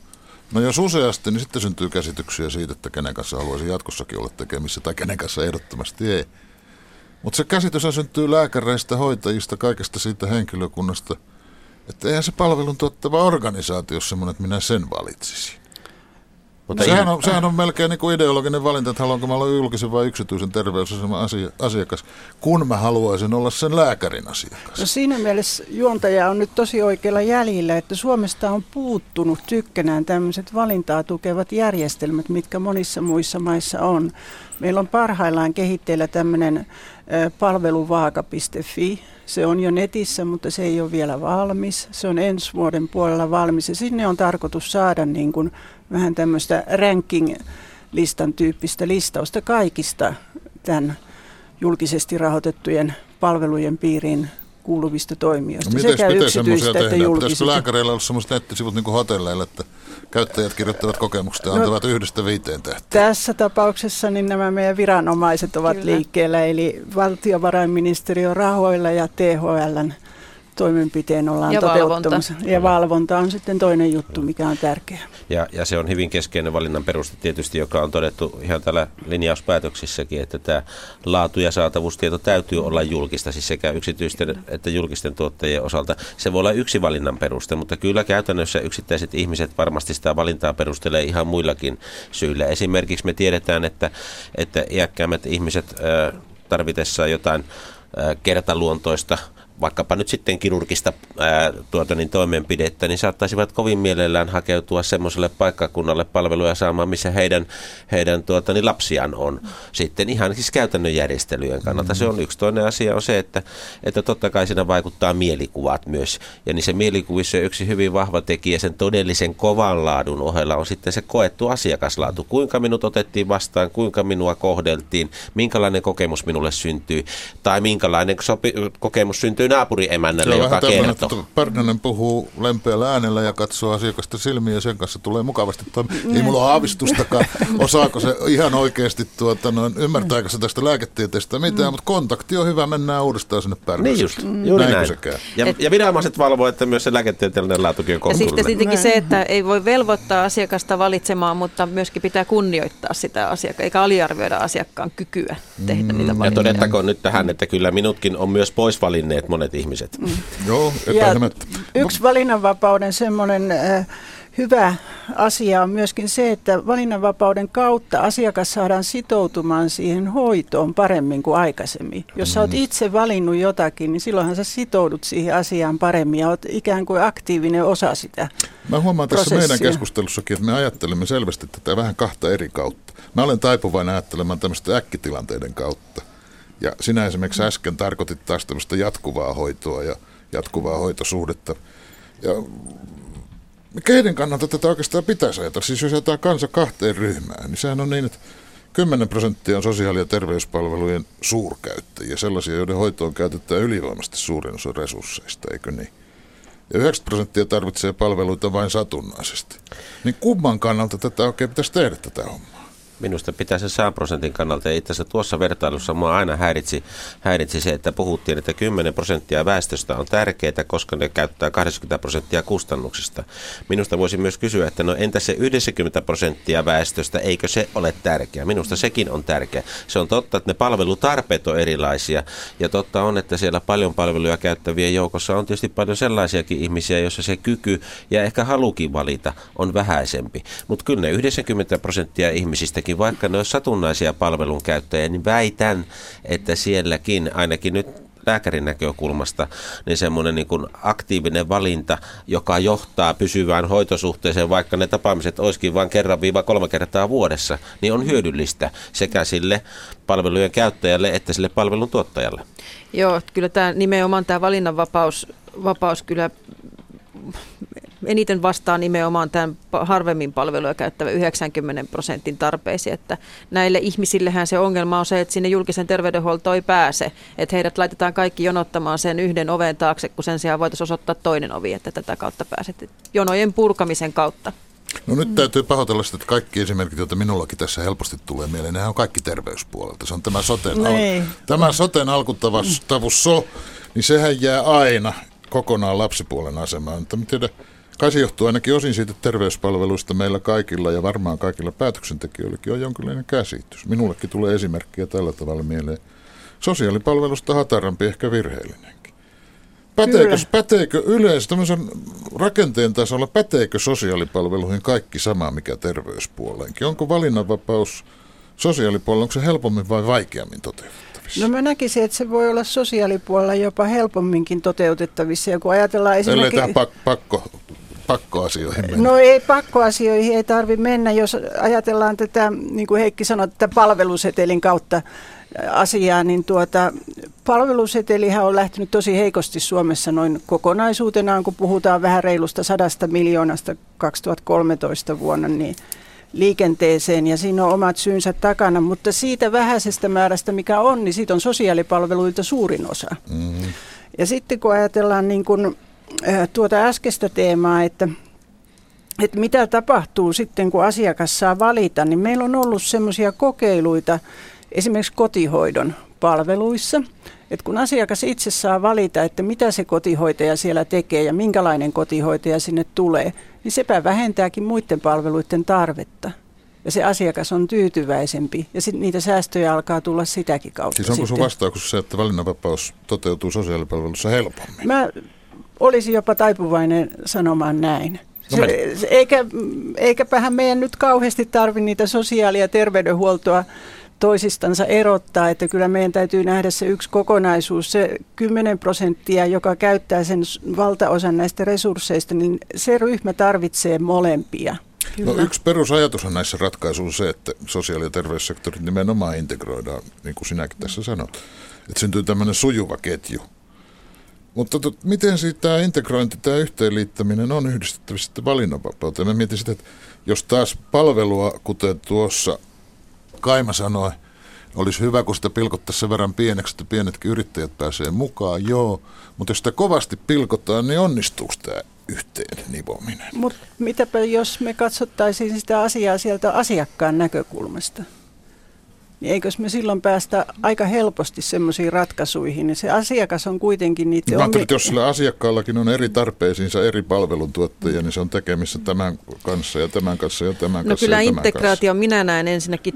No jos useasti, niin sitten syntyy käsityksiä siitä, että kenen kanssa haluaisi jatkossakin olla tekemissä tai kenen kanssa ehdottomasti ei. Mutta se käsitys syntyy lääkäreistä, hoitajista, kaikesta siitä henkilökunnasta, että eihän se palvelun tuottava organisaatio ole semmoinen, että minä sen valitsisin. Mutta sehän on melkein niin kuin ideologinen valinta, että haluanko mä olla julkisen vai yksityisen terveysaseman asiakas, kun mä haluaisin olla sen lääkärin asiakas. No siinä mielessä juontaja on nyt tosi oikealla jäljellä, että Suomesta on puuttunut tykkänään tämmöiset valintaa tukevat järjestelmät, mitkä monissa muissa maissa on. Meillä on parhaillaan kehitteillä tämmöinen palveluvaaka.fi. Se on jo netissä, mutta se ei ole vielä valmis. Se on ensi vuoden puolella valmis ja sinne on tarkoitus saada niin kuin vähän tämmöistä ranking-listan tyyppistä listausta kaikista tämän julkisesti rahoitettujen palvelujen piiriin kuuluvista toimijoista. No, sekä yksityistä että julkisista. Pitäisikö lääkäreillä olla sellaiset nettisivut niin kuin hotelleilla, että käyttäjät kirjoittavat kokemukset ja antavat 1-5 tähteä? Tässä tapauksessa niin nämä meidän viranomaiset ovat liikkeellä, eli valtiovarainministeriön rahoilla ja THL:n toimenpiteen ollaan toteuttamassa. Ja valvonta on sitten toinen juttu, mikä on tärkeä. Ja se on hyvin keskeinen valinnan peruste tietysti, joka on todettu ihan täällä linjauspäätöksissäkin, että tämä laatu- ja saatavuustieto täytyy olla julkista, siis sekä yksityisten että julkisten tuottajien osalta. Se voi olla yksi valinnan peruste, mutta kyllä käytännössä yksittäiset ihmiset varmasti sitä valintaa perustelee ihan muillakin syillä. Esimerkiksi me tiedetään, että iäkkäämmät ihmiset tarvitessaan jotain kertaluontoista, vaikkapa nyt sitten kirurgista toimenpidettä, niin saattaisivat kovin mielellään hakeutua semmoiselle paikkakunnalle palveluja saamaan, missä heidän lapsiaan on. Sitten ihan siis käytännön järjestelyjen kannalta. Se on yksi. Toinen asia on se, että totta kai siinä vaikuttaa mielikuvat myös. Ja niin se mielikuvissa yksi hyvin vahva tekijä sen todellisen kovan laadun ohella on sitten se koettu asiakaslaatu. Kuinka minut otettiin vastaan, kuinka minua kohdeltiin, minkälainen kokemus minulle syntyy tai minkälainen kokemus syntyy naapuriemännälle, joka kertoo. Pärnänen puhuu lempeällä äänellä ja katsoo asiakasta silmiin ja sen kanssa tulee mukavasti toimia. Ei mulla ole aavistustakaan, osaako se ihan oikeasti, ymmärtääkö se tästä lääketieteestä mitään, mutta kontakti on hyvä, mennään uudestaan sinne Pärnäseen. Niin just, juuri näin. Ja viranomaiset valvoo, että myös se lääketieteellinen laatukin on kohtuullinen. Ja sitten tietenkin se, että ei voi velvoittaa asiakasta valitsemaan, mutta myöskin pitää kunnioittaa sitä asiakkaa, eikä aliarvioida asiakkaan kykyä tehdä niitä valintoja. Ja todettakoon nyt tähän, että kyllä minutkin on myös poisvalinneet monet ihmiset. Joo, epäilemättä. Yksi valinnanvapauden semmoinen hyvä asia on myöskin se, että valinnanvapauden kautta asiakas saadaan sitoutumaan siihen hoitoon paremmin kuin aikaisemmin. Jos sä oot itse valinnut jotakin, niin silloinhan sä sitoudut siihen asiaan paremmin ja oot ikään kuin aktiivinen osa sitä Mä huomaan tässä prosessia. meidän keskustelussakin, että me ajattelemme selvästi tätä vähän kahta eri kautta. Mä olen taipuvainen ajattelemaan tämmöistä äkkitilanteiden kautta. Ja sinä esimerkiksi äsken tarkoitit taas tämmöistä jatkuvaa hoitoa ja jatkuvaa hoitosuhdetta. Ja keiden kannalta tätä oikeastaan pitäisi ajatella? Siis jos jätetään kansa kahteen ryhmään, niin sehän on niin, että 10% on sosiaali- ja terveyspalvelujen suurkäyttäjiä, sellaisia, joiden hoitoon käytetään ylivoimaisesti suurin osa resursseista, eikö niin? Ja 90% tarvitsee palveluita vain satunnaisesti. Niin kumman kannalta tätä oikein pitäisi tehdä tätä hommaa? Minusta pitää se 100% kannalta. Ja itse asiassa tuossa vertailussa minua aina häiritsi se, että puhuttiin, että 10% väestöstä on tärkeää, koska ne käyttää 80% kustannuksista. Minusta voisi myös kysyä, että no entä se 90% väestöstä, eikö se ole tärkeä? Minusta sekin on tärkeä. Se on totta, että ne palvelutarpeet on erilaisia. Ja totta on, että siellä paljon palveluja käyttävien joukossa on tietysti paljon sellaisiakin ihmisiä, joissa se kyky ja ehkä halukin valita on vähäisempi. Mutta kyllä ne 90% ihmisistäkin, vaikka ne olisi satunnaisia palvelun käyttäjiä, niin väitän, että sielläkin, ainakin nyt lääkärin näkökulmasta, niin semmoinen niin kuin aktiivinen valinta, joka johtaa pysyvään hoitosuhteeseen, vaikka ne tapaamiset olisikin vain 1-3 kertaa vuodessa, niin on hyödyllistä sekä sille palvelujen käyttäjälle että sille palvelun tuottajalle. Joo, kyllä tämä nimenomaan tämä valinnanvapaus kyllä eniten vastaa nimenomaan tämän harvemmin palveluja käyttävä 90% tarpeisiin, että näille ihmisillehän se ongelma on se, että sinne julkisen terveydenhuoltoon ei pääse, että heidät laitetaan kaikki jonottamaan sen yhden oven taakse, kun sen sijaan voitaisiin osoittaa toinen ovi, että tätä kautta pääset jonojen purkamisen kautta. No nyt täytyy pahoitella sitä, että kaikki esimerkit, joita minullakin tässä helposti tulee mieleen, nehän on kaikki terveyspuolelta. Se on tämä soten alkutavus, niin sehän jää aina kokonaan lapsipuolen asemaan. Mutta tiedä, Kai se johtuu ainakin osin siitä terveyspalveluista meillä kaikilla ja varmaan kaikilla päätöksentekijöilläkin on jonkinlainen käsitys. Minullekin tulee esimerkkiä tällä tavalla mieleen. Sosiaalipalvelusta hatarampi, ehkä virheellinenkin. Päteekö yleensä tämmöisen rakenteen tasolla, päteekö sosiaalipalveluihin kaikki sama, mikä terveyspuoleenkin? Onko valinnanvapaus sosiaalipuolella, onko se helpommin vai vaikeammin toteutettavissa? No mä näkisin, että se voi olla sosiaalipuolella jopa helpomminkin toteutettavissa. Ja kun ajatellaan esimerkiksi... Ellei tähän pakkoasioihin mennä. No ei pakkoasioihin, ei tarvitse mennä, jos ajatellaan tätä, niin kuin Heikki sanoi, tätä palvelusetelin kautta asiaa, niin palvelusetelihän on lähtenyt tosi heikosti Suomessa noin kokonaisuutenaan, kun puhutaan vähän reilusta 100 miljoonasta 2013 vuonna, niin liikenteeseen ja siinä on omat syynsä takana, mutta siitä vähäisestä määrästä, mikä on, niin siitä on sosiaalipalveluita suurin osa. Mm-hmm. Ja sitten kun ajatellaan niin kuin, tuota äskeistä teemaa, että mitä tapahtuu sitten, kun asiakas saa valita, niin meillä on ollut semmoisia kokeiluita esimerkiksi kotihoidon palveluissa, että kun asiakas itse saa valita, että mitä se kotihoitaja siellä tekee ja minkälainen kotihoitaja sinne tulee, niin sepä vähentääkin muiden palveluiden tarvetta. Ja se asiakas on tyytyväisempi ja sitten niitä säästöjä alkaa tulla sitäkin kautta. Siis onko sun vastaus se, että valinnanvapaus toteutuu sosiaalipalvelussa helpommin? Mä olisin jopa taipuvainen sanomaan näin. Eikäpähän meidän nyt kauheasti tarvitse niitä sosiaali- ja terveydenhuoltoa toisistansa erottaa, että kyllä meidän täytyy nähdä se yksi kokonaisuus, se 10%, joka käyttää sen valtaosan näistä resursseista, niin se ryhmä tarvitsee molempia. Kyllä. No yksi perusajatushan näissä ratkaisuissa on se, että sosiaali- ja terveyssektorit nimenomaan integroidaan, niin kuin sinäkin tässä sanot, että syntyy tämmöinen sujuva ketju. Mutta miten tämä integrointi, tämä yhteenliittäminen on yhdistettävissä valinnanvapauteen? Mä mietin sitä, että jos taas palvelua, kuten tuossa Kaima sanoi, olisi hyvä, kun sitä pilkottaisiin sen verran pieneksi, että pienetkin yrittäjät pääsee mukaan, joo. Mutta jos sitä kovasti pilkotaan, niin onnistuuko tämä yhteen nivominen? Mutta mitäpä jos me katsottaisiin sitä asiaa sieltä asiakkaan näkökulmasta? Niin eikös me silloin päästä aika helposti semmoisiin ratkaisuihin, niin se asiakas on kuitenkin niitä... Mä ajattelin, että jos sillä asiakkaallakin on eri tarpeisiinsa eri palveluntuottajia, niin se on tekemissä tämän kanssa ja tämän kanssa ja tämän kanssa. No kyllä integraatio minä näen ensinnäkin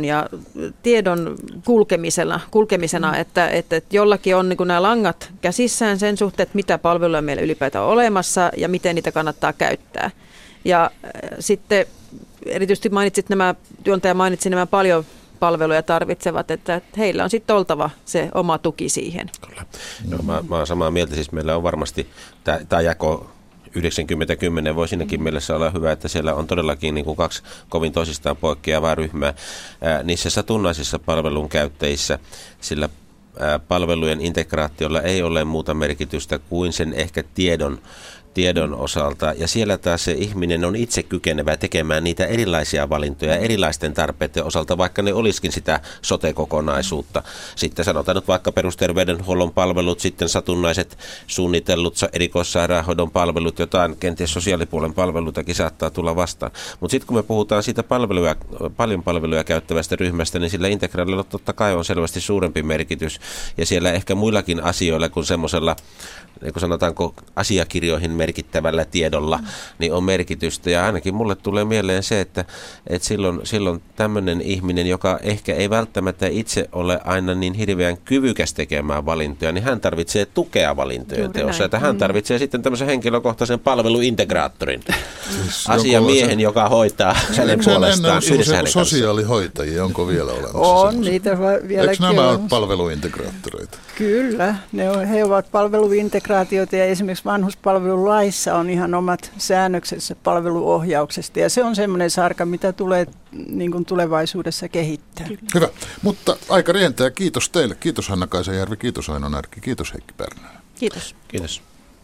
tiedon kulkemisena että jollakin on niin kuin nämä langat käsissään sen suhteen, että mitä palveluja meillä ylipäätään on olemassa ja miten niitä kannattaa käyttää. Ja sitten erityisesti juontaja mainitsi nämä paljon palveluja tarvitsevat, että heillä on sitten oltava se oma tuki siihen. Kyllä. No, mä oon samaa mieltä, siis meillä on varmasti tämä jako 90-10 voi siinäkin mielessä olla hyvä, että siellä on todellakin niin kuin kaksi kovin toisistaan poikkeavaa ryhmää niissä satunnaisissa palvelun käyttäjissä, sillä palvelujen integraatiolla ei ole muuta merkitystä kuin sen ehkä tiedon osalta, ja siellä taas se ihminen on itse kykenevä tekemään niitä erilaisia valintoja erilaisten tarpeiden osalta, vaikka ne olisikin sitä sote-kokonaisuutta. Sitten sanotaan nyt vaikka perusterveydenhuollon palvelut, sitten satunnaiset suunnitellut erikoissairaanhoidon palvelut, jotain kenties sosiaalipuolen palveluitakin saattaa tulla vastaan. Mutta sitten kun me puhutaan siitä paljon palveluja käyttävästä ryhmästä, niin sillä integraalilla totta kai on selvästi suurempi merkitys, ja siellä ehkä muillakin asioilla kuin semmoisella, niin kuin sanotaanko asiakirjoihin merkittävällä tiedolla, niin on merkitystä. Ja ainakin mulle tulee mieleen se, että silloin tämmöinen ihminen, joka ehkä ei välttämättä itse ole aina niin hirveän kyvykäs tekemään valintoja, niin hän tarvitsee tukea valintojen teossa. Että hän tarvitsee sitten tämmöisen henkilökohtaisen palveluintegraattorin. Siis asiamiehen, joka hoitaa hänen puolestaan yhdessä hänen sosiaalihoitajia, onko vielä olemassa? On, niitä vieläkin. Eikö nämä ole palveluintegraattoreita? Kyllä, he ovat palveluintegraatioita ja esimerkiksi vanhuspalvelulaissa on ihan omat säännöksensä palveluohjauksesta ja se on semmoinen sarka, mitä tulee niin kuin tulevaisuudessa kehittää. Hyvä, mutta aika rientää. Kiitos teille. Kiitos Hanna Kaisajärvi, kiitos Aino Närki, kiitos Heikki Pärnää. Kiitos. Kiitos.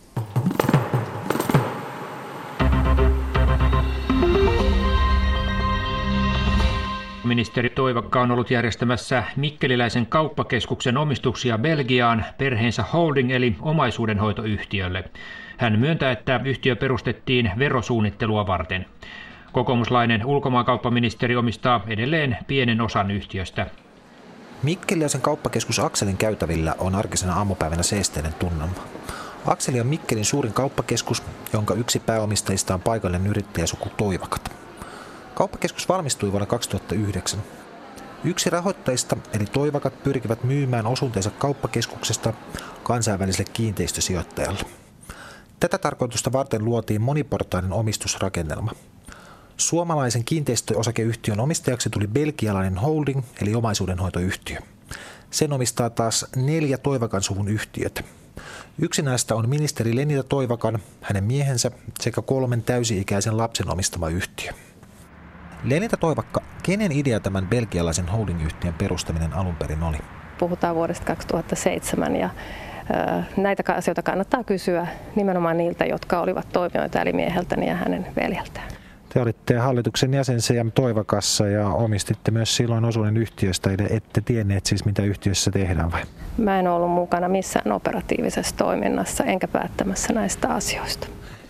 Ministeri Toivakka on ollut järjestämässä mikkeliläisen kauppakeskuksen omistuksia Belgiaan perheensä holding eli omaisuudenhoitoyhtiölle. Hän myöntää, että yhtiö perustettiin verosuunnittelua varten. Kokoomuslainen ulkomaankauppaministeri omistaa edelleen pienen osan yhtiöstä. Mikkeliläisen kauppakeskus Akselin käytävillä on arkisena aamupäivänä seesteinen tunnelma. Akseli on Mikkelin suurin kauppakeskus, jonka yksi pääomistajista on paikallinen yrittäjäsuku Toivakat. Kauppakeskus valmistui vuonna 2009. Yksi rahoittajista, eli Toivakat, pyrkivät myymään osuutensa kauppakeskuksesta kansainväliselle kiinteistösijoittajalle. Tätä tarkoitusta varten luotiin moniportainen omistusrakennelma. Suomalaisen kiinteistöosakeyhtiön omistajaksi tuli belgialainen holding, eli omaisuudenhoitoyhtiö. Sen omistaa taas 4 Toivakan suvun yhtiötä. Yksi näistä on ministeri Lenita Toivakan, hänen miehensä sekä 3 täysi-ikäisen lapsen omistama yhtiö. Lenita Toivakka, kenen idea tämän belgialaisen holding-yhtiön perustaminen alun perin oli? Puhutaan vuodesta 2007 ja näitä asioita kannattaa kysyä nimenomaan niiltä, jotka olivat toimijoita, eli mieheltäni ja hänen veljeltään. Te olitte hallituksen jäsen CM Toivakassa ja omistitte myös silloin osuuden yhtiöstä, eli ette tienneet siis mitä yhtiössä tehdään vai? Mä en ollut mukana missään operatiivisessa toiminnassa enkä päättämässä näistä asioista.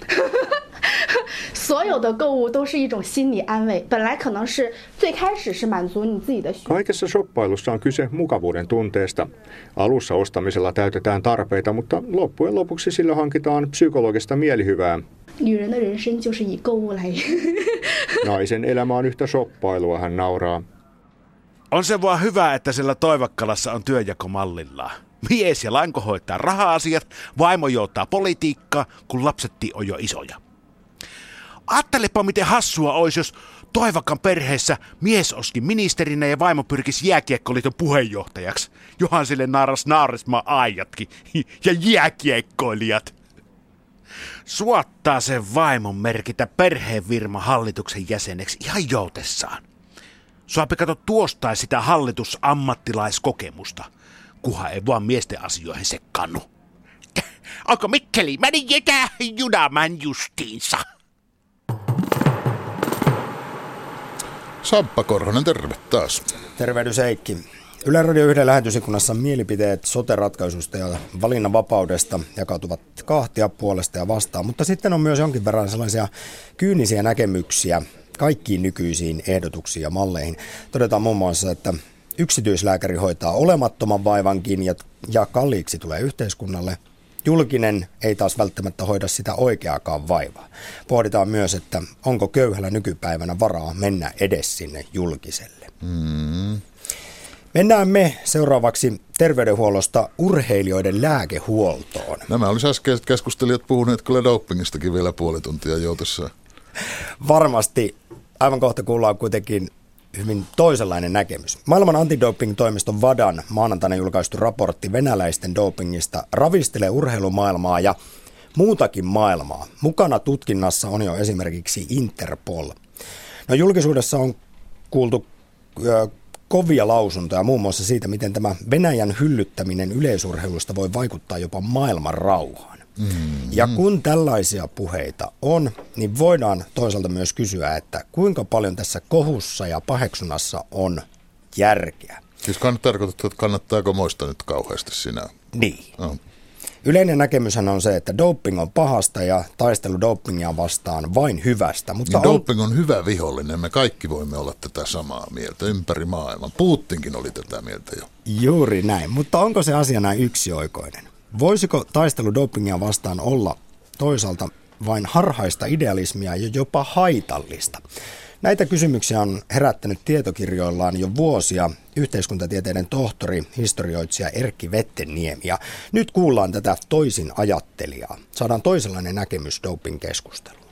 所有的购物都是一种心理安慰，本来可能是最开始是满足你自己的需求。 Kaikessa shoppailussa on kyse mukavuuden tunteesta. Alussa ostamisella täytetään tarpeita, mutta loppujen lopuksi sillä hankitaan psykologista mielihyvää. 女人的人生就是以购物来。 Naisen elämä on yhtä shoppailua, hän nauraa. On se vaan hyvä, että sillä Toivakkalassa on työnjakomallillaan. Mies ja lanko hoitaa raha-asiat, vaimo joutaa politiikkaa, kun lapsetkin on jo isoja. Ajattelepa, miten hassua olisi, jos Toivakan perheessä mies olisikin ministerinä ja vaimo pyrkisi jääkiekkoliiton puheenjohtajaksi. Johan sille naaresmaa aijatkin ja jääkiekkoilijat. Suottaa sen vaimon merkitä perheenvirman hallituksen jäseneksi ihan joutessaan. Suapi kato tuostaa sitä hallitusammattilaiskokemusta, kunhan ei vaan miesten asioihin sekkannu. Onko Mikkeli, meni jätä junaman justiinsa? Samppa Korhonen, terve taas. Tervehdys Heikki. Yle Radio 1 lähetysikkunassa mielipiteet sote-ratkaisusta ja valinnanvapaudesta jakautuvat kahtia puolesta ja vastaan, mutta sitten on myös jonkin verran sellaisia kyynisiä näkemyksiä kaikkiin nykyisiin ehdotuksiin ja malleihin. Todetaan muun muassa, että yksityislääkäri hoitaa olemattoman vaivankin ja kalliiksi tulee yhteiskunnalle. Julkinen ei taas välttämättä hoida sitä oikeaakaan vaivaa. Pohditaan myös, että onko köyhällä nykypäivänä varaa mennä edes sinne julkiselle. Mennään me seuraavaksi terveydenhuollosta urheilijoiden lääkehuoltoon. Nämä olisi äskeiset keskustelijat puhuneet kyllä dopingistakin vielä puoli tuntia joutessaan. Varmasti. Aivan kohta kuullaan kuitenkin hyvin toisenlainen näkemys. Maailman antidoping-toimiston VADAn maanantaina julkaistu raportti venäläisten dopingista ravistelee urheilumaailmaa ja muutakin maailmaa. Mukana tutkinnassa on jo esimerkiksi Interpol. No, julkisuudessa on kuultu kovia lausuntoja muun muassa siitä, miten tämä Venäjän hyllyttäminen yleisurheilusta voi vaikuttaa jopa maailman rauhaan. Ja kun tällaisia puheita on, niin voidaan toisaalta myös kysyä, että kuinka paljon tässä kohussa ja paheksunnassa on järkeä. Siis tarkoitattu, että kannattaako moista nyt kauheasti sinä? Niin. Yleinen näkemyshän on se, että doping on pahasta ja taistelu dopingia vastaan vain hyvästä. Mutta niin doping on hyvä vihollinen, me kaikki voimme olla tätä samaa mieltä ympäri maailman. Putinkin oli tätä mieltä jo. Juuri näin, mutta onko se asia näin yksioikoinen? Voisiko taistelu dopingia vastaan olla toisaalta vain harhaista idealismia ja jopa haitallista? Näitä kysymyksiä on herättänyt tietokirjoillaan jo vuosia yhteiskuntatieteiden tohtori, historioitsija Erkki Vettenniemi. Ja nyt kuullaan tätä toisin ajattelijaa. Saadaan toisenlainen näkemys doping-keskusteluun.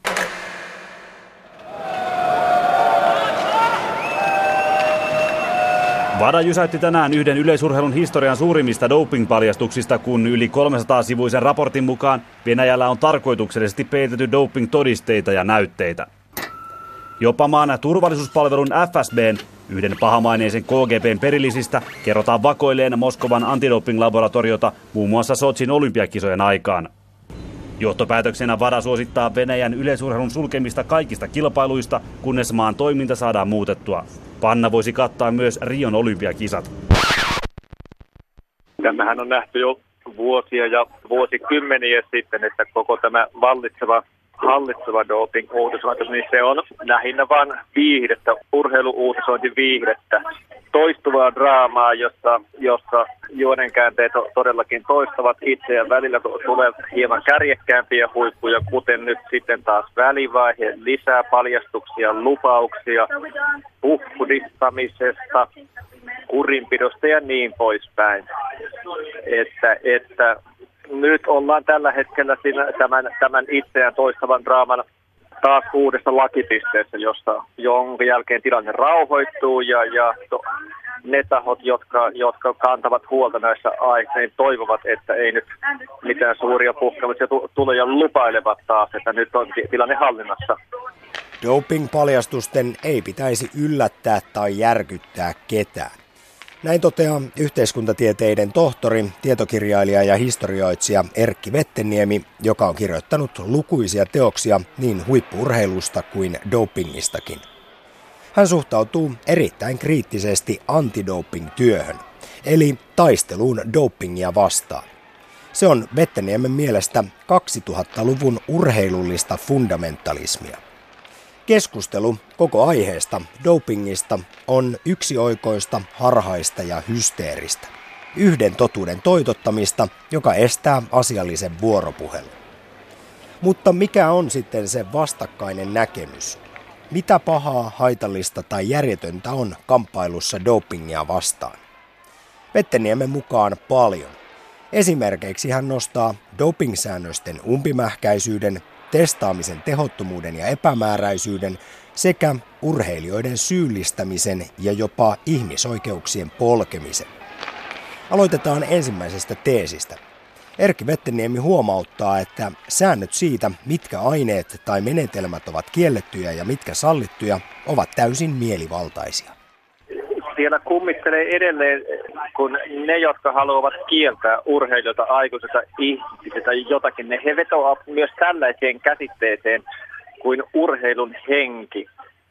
VADA jysäytti tänään yhden yleisurheilun historian suurimmista doping-paljastuksista, kun yli 300-sivuisen raportin mukaan Venäjällä on tarkoituksellisesti peitetty doping-todisteita ja näytteitä. Jopa maan turvallisuuspalvelun FSB:n, yhden pahamaineisen KGB:n perillisistä, kerrotaan vakoilleen Moskovan antidoping-laboratoriota muun muassa Sotsin olympiakisojen aikaan. Johtopäätöksenä VADA suosittaa Venäjän yleisurheilun sulkemista kaikista kilpailuista, kunnes maan toiminta saadaan muutettua. Panna voisi kattaa myös Rion olympiakisat. Tämähän on nähty jo vuosia ja vuosikymmeniä sitten, että koko tämä vallitseva hallitseva doping-uutisointi, niin se on lähinnä vain viihdettä, urheilu-uutisointiviihdettä. Toistuvaa draamaa, jossa juonenkäänteet todellakin toistavat itseään. Välillä tulee hieman kärjekkäämpiä huippuja, kuten nyt sitten taas välivaihe, lisää paljastuksia, lupauksia, puhdistamisesta, kurinpidosta ja niin poispäin. Että nyt ollaan tällä hetkellä siinä tämän itseään toistavan draaman taas uudessa lakipisteessä, jonka jälkeen tilanne rauhoittuu ja ne tahot, jotka kantavat huolta näissä aiheissa, niin toivovat, että ei nyt mitään suuria puhkeamisia tule ja lupailevat taas, että nyt on tilanne hallinnassa. Doping-paljastusten ei pitäisi yllättää tai järkyttää ketään. Näin toteaa yhteiskuntatieteiden tohtori, tietokirjailija ja historioitsija Erkki Vetteniemi, joka on kirjoittanut lukuisia teoksia niin huippu-urheilusta kuin dopingistakin. Hän suhtautuu erittäin kriittisesti antidoping-työhön, eli taisteluun dopingia vastaan. Se on Vetteniemen mielestä 2000-luvun urheilullista fundamentalismia. Keskustelu koko aiheesta, dopingista, on yksioikoista, harhaista ja hysteeristä. Yhden totuuden toitottamista, joka estää asiallisen vuoropuhelun. Mutta mikä on sitten se vastakkainen näkemys? Mitä pahaa, haitallista tai järjetöntä on kamppailussa dopingia vastaan? Vetteniemen mukaan paljon. Esimerkiksi hän nostaa dopingsäännösten umpimähkäisyyden, testaamisen tehottomuuden ja epämääräisyyden sekä urheilijoiden syyllistämisen ja jopa ihmisoikeuksien polkemisen. Aloitetaan ensimmäisestä teesistä. Erkki Vetteniemi huomauttaa, että säännöt siitä, mitkä aineet tai menetelmät ovat kiellettyjä ja mitkä sallittuja, ovat täysin mielivaltaisia. Siellä kummittelee edelleen, kun ne, jotka haluavat kieltää urheilijoita, aikuisilta ihmisiltä jotakin, he vetoavat myös tällaiseen käsitteeseen kuin urheilun henki.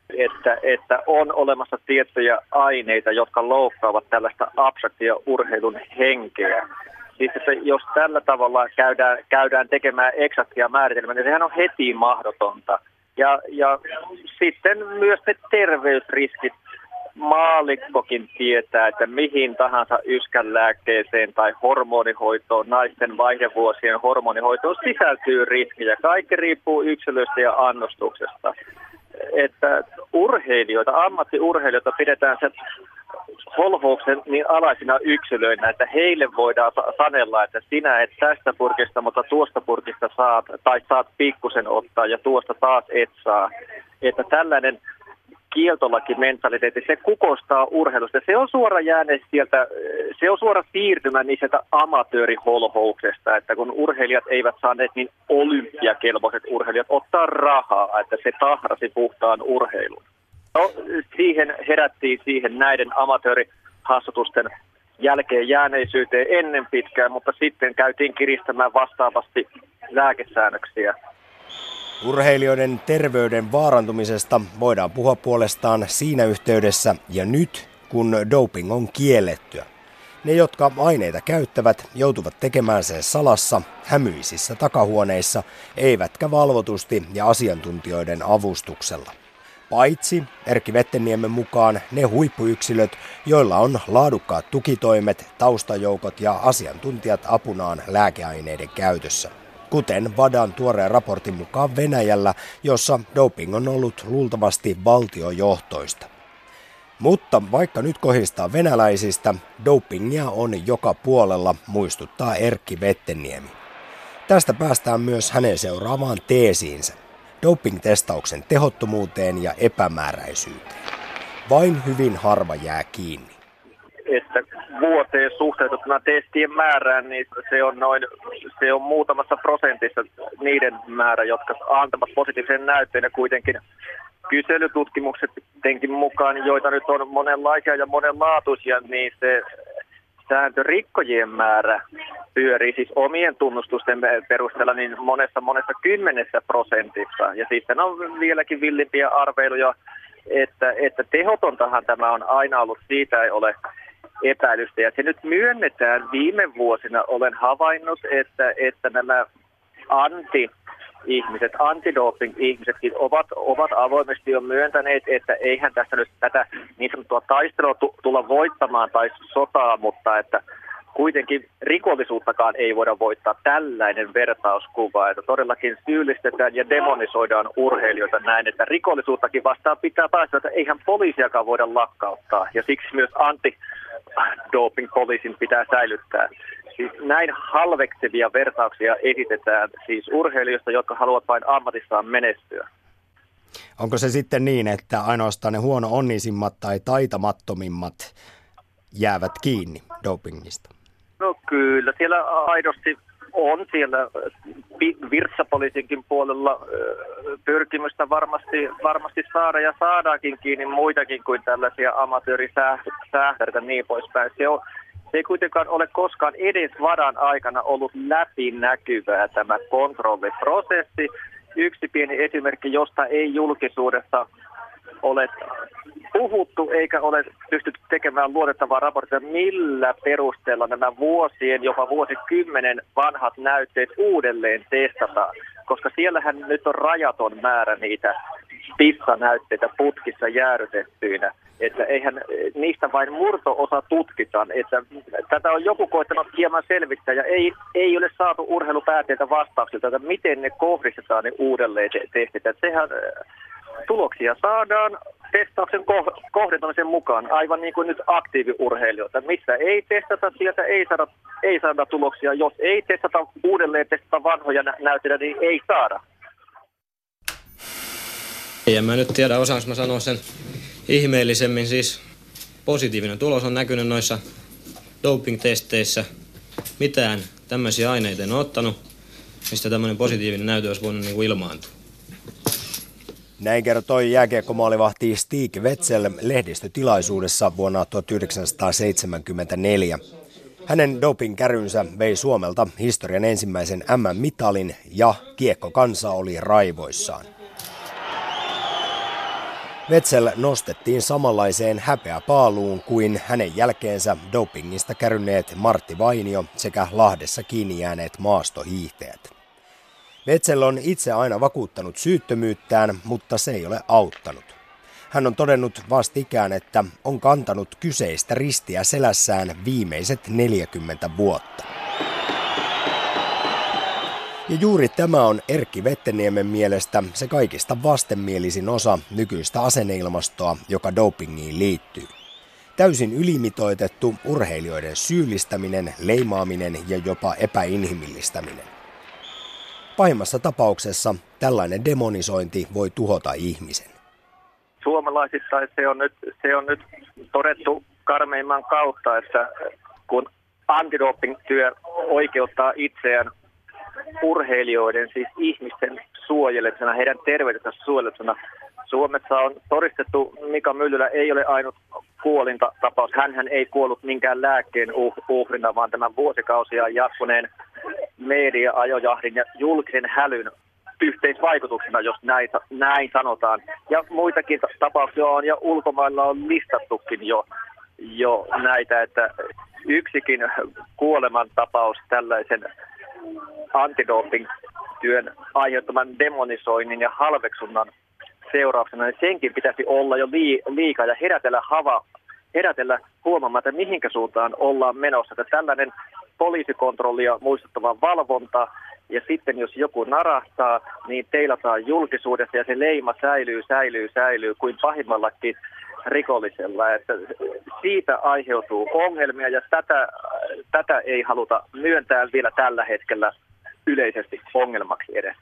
Että on olemassa tiettyjä aineita, jotka loukkaavat tällaista abstraktia urheilun henkeä. Siis että jos tällä tavalla käydään tekemään eksaktia määritelmää, niin sehän on heti mahdotonta. Ja sitten myös ne terveysriskit. Maallikkokin tietää, että mihin tahansa yskänlääkkeeseen tai hormonihoitoon, naisten vaihdevuosien hormonihoitoon sisältyy riskejä. Kaikki riippuu yksilöistä ja annostuksesta. Että ammattiurheilijoita pidetään sen holhouksen niin alaisina yksilöinä, että heille voidaan sanella, että sinä et tästä purkista, mutta tuosta purkista saat pikkusen ottaa ja tuosta taas et saa. Että tällainen kieltolakimentaliteetti, se kukostaa urheilusta. Se on suora jääne sieltä, se on suora siirtymä niistä amatööriholhouksesta, että kun urheilijat eivät saaneet niin olympiakelpoiset urheilijat ottaa rahaa, että se tahrasi puhtaan urheilun. No, siihen herättiin näiden amatöörihassutusten jälkeen jääneisyyteen ennen pitkään, mutta sitten käytiin kiristämään vastaavasti lääkesäännöksiä. Urheilijoiden terveyden vaarantumisesta voidaan puhua puolestaan siinä yhteydessä ja nyt, kun doping on kiellettyä. Ne, jotka aineita käyttävät, joutuvat tekemään sen salassa, hämyisissä takahuoneissa, eivätkä valvotusti ja asiantuntijoiden avustuksella. Paitsi Erkki Vetteniemen mukaan ne huippuyksilöt, joilla on laadukkaat tukitoimet, taustajoukot ja asiantuntijat apunaan lääkeaineiden käytössä. Kuten VADAn tuoreen raportin mukaan Venäjällä, jossa doping on ollut luultavasti valtiojohtoista. Mutta vaikka nyt kohistaa venäläisistä, dopingia on joka puolella, muistuttaa Erkki Vetteniemi. Tästä päästään myös hänen seuraavaan teesiinsä, doping-testauksen tehottomuuteen ja epämääräisyyteen. Vain hyvin harva jää kiinni. Että vuoteen suhteutettuna testien määrään, niin se on muutamassa prosentissa niiden määrä, jotka antavat positiivisen näytteen, ja kuitenkin kyselytutkimuksettenkin mukaan, joita nyt on monenlaisia ja monenlaatuisia, niin se sääntörikkojen määrä pyörii siis omien tunnustusten perusteella niin monessa 10%. Ja sitten on vieläkin villimpiä arveiluja, että tehotontahan tämä on aina ollut, siitä ei ole epäilystä. Ja se nyt myönnetään viime vuosina, olen havainnut, että nämä ihmiset, antidoping-ihmisetkin ovat avoimesti jo myöntäneet, että eihän tässä nyt tätä niin sanottua taistelua tulla voittamaan tai sotaa, mutta että kuitenkin rikollisuuttakaan ei voida voittaa, tällainen vertauskuva, että todellakin syyllistetään ja demonisoidaan urheilijoita näin, että rikollisuuttakin vastaan pitää taistella, että eihän poliisiakaan voida lakkauttaa ja siksi myös antidoping-poliisin pitää säilyttää. Siis näin halveksivia vertauksia esitetään siis urheilijoista, jotka haluavat vain ammatissaan menestyä. Onko se sitten niin, että ainoastaan ne huono-onnisimmat tai taitamattomimmat jäävät kiinni dopingista? No kyllä, siellä aidosti on siellä virtsapoliisinkin puolella pyrkimystä varmasti saada ja saadaankin kiinni muitakin kuin tällaisia amatöörisähtäreitä niin poispäin. Se ei kuitenkaan ole koskaan edes VADAn aikana ollut läpinäkyvää tämä kontrolliprosessi. Yksi pieni esimerkki, josta ei julkisuudessa ole puhuttu eikä ole pystytty tekemään luotettavaa raporttia, millä perusteella nämä vuosien, jopa vuosikymmenen vanhat näytteet uudelleen testataan. Koska siellähän nyt on rajaton määrä niitä pissanäytteitä putkissa jäädytettyinä. Että eihän niistä vain murto-osa tutkitaan. Että tätä on joku koittanut hieman selvittää ja ei ole saatu urheilupäätteitä vastauksilta, että miten ne kohdistetaan ne uudelleen testit. Että sehän tuloksia saadaan testauksen kohdentamisen mukaan, aivan niin kuin nyt aktiiviurheilijoita. Missä ei testata, sieltä ei saada tuloksia. Jos ei uudelleen testata vanhoja näytteitä, niin ei saada. En mä nyt tiedä, osaanko mä sanoa sen ihmeellisemmin. Siis positiivinen tulos on näkynyt noissa doping-testeissä. Mitään tämmöisiä aineita en ole ottanut, mistä tämmöinen positiivinen näytö olisi voinut niin kuin ilmaantua. Näin kertoi jääkiekkomaalivahti Stig Wetzel lehdistötilaisuudessa vuonna 1974. Hänen dopingkärynsä vei Suomelta historian ensimmäisen MM-mitalin ja kiekkokansa oli raivoissaan. Wetzel nostettiin samanlaiseen häpeäpaaluun kuin hänen jälkeensä dopingista kärynneet Martti Vainio sekä Lahdessa kiinni jääneet maastohiihtäjät. Wetzel on itse aina vakuuttanut syyttömyyttään, mutta se ei ole auttanut. Hän on todennut vastikään, että on kantanut kyseistä ristiä selässään viimeiset 40 vuotta. Ja juuri tämä on Erkki Vetteniemen mielestä se kaikista vastenmielisin osa nykyistä asenneilmastoa, joka dopingiin liittyy. Täysin ylimitoitettu urheilijoiden syyllistäminen, leimaaminen ja jopa epäinhimillistäminen. Pahimmassa tapauksessa tällainen demonisointi voi tuhota ihmisen. Suomalaisissa se on nyt todettu karmeimman kautta, että kun antidoping-työ oikeuttaa itseään urheilijoiden, siis ihmisten suojelemisena, heidän terveytensä suojelemisena. Suomessa on todistettu, Mika Myllylä ei ole ainut kuolintapaus. Hänhän ei kuollut minkään lääkkeen uhrina, vaan tämän vuosikausia jatkuneen media-ajojahdin ja julkisen hälyn yhteisvaikutuksena, jos näin sanotaan. Ja muitakin tapauksia on ja ulkomailla on listattukin jo näitä, että yksikin kuolemantapaus tällaisen antidoping-työn aiheuttaman demonisoinnin ja halveksunnan seurauksena, niin senkin pitäisi olla jo liikaa ja herätellä huomaamaan, että mihinkä suuntaan ollaan menossa. Että tällainen poliisikontrollia muistuttava valvonta ja sitten jos joku narahtaa, niin teilataan julkisuudessa ja se leima säilyy kuin pahimmallakin rikollisella. Että siitä aiheutuu ongelmia ja tätä ei haluta myöntää vielä tällä hetkellä yleisesti ongelmaksi edes.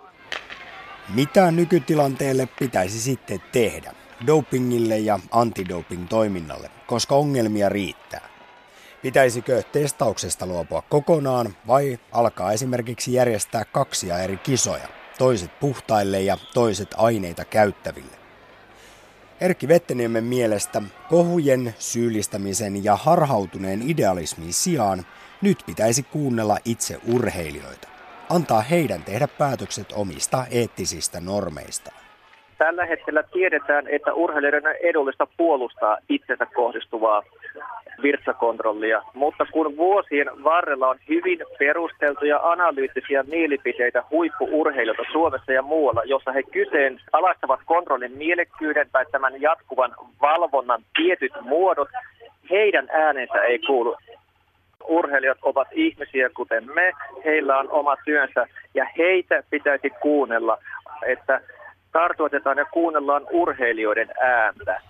Mitä nykytilanteelle pitäisi sitten tehdä dopingille ja antidoping-toiminnalle, koska ongelmia riittää? Pitäisikö testauksesta luopua kokonaan vai alkaa esimerkiksi järjestää 2 eri kisoja, toiset puhtaille ja toiset aineita käyttäville? Erkki Vetteniemen mielestä kohujen, syyllistämisen ja harhautuneen idealismin sijaan nyt pitäisi kuunnella itse urheilijoita. Antaa heidän tehdä päätökset omista eettisistä normeistaan. Tällä hetkellä tiedetään, että urheilijoiden on edullista puolustaa itsensä kohdistuvaa virtsakontrollia, mutta kun vuosien varrella on hyvin perusteltuja analyyttisiä mielipiteitä huippu-urheilijoita Suomessa ja muualla, jossa he kyseenalaistavat kontrollin mielekkyyden tai tämän jatkuvan valvonnan tietyt muodot, heidän äänensä ei kuulu. Urheilijat ovat ihmisiä kuten me, heillä on oma työnsä ja heitä pitäisi kuunnella, että kartoitetaan ja kuunnellaan urheilijoiden ääntä.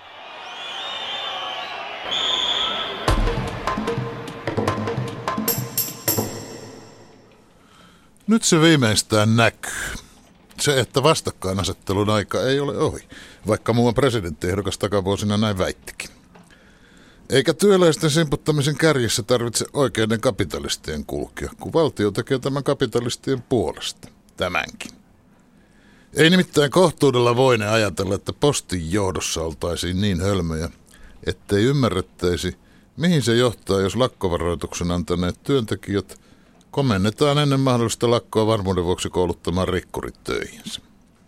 Nyt se viimeistään näkyy. Se, että vastakkainasettelun aika ei ole ohi, vaikka muuan presidenttiehdokas takavuosina näin väittikin. Eikä työläisten simputtamisen kärjessä tarvitse oikeiden kapitalistien kulkea, kun valtio tekee tämän kapitalistien puolesta. Tämänkin. Ei nimittäin kohtuudella voine ajatella, että postin johdossa oltaisiin niin hölmöjä, ettei ymmärrettäisi, mihin se johtaa, jos lakkovaroituksen antaneet työntekijät komennetaan ennen mahdollista lakkoa varmuuden vuoksi kouluttamaan rikkurit töihinsä.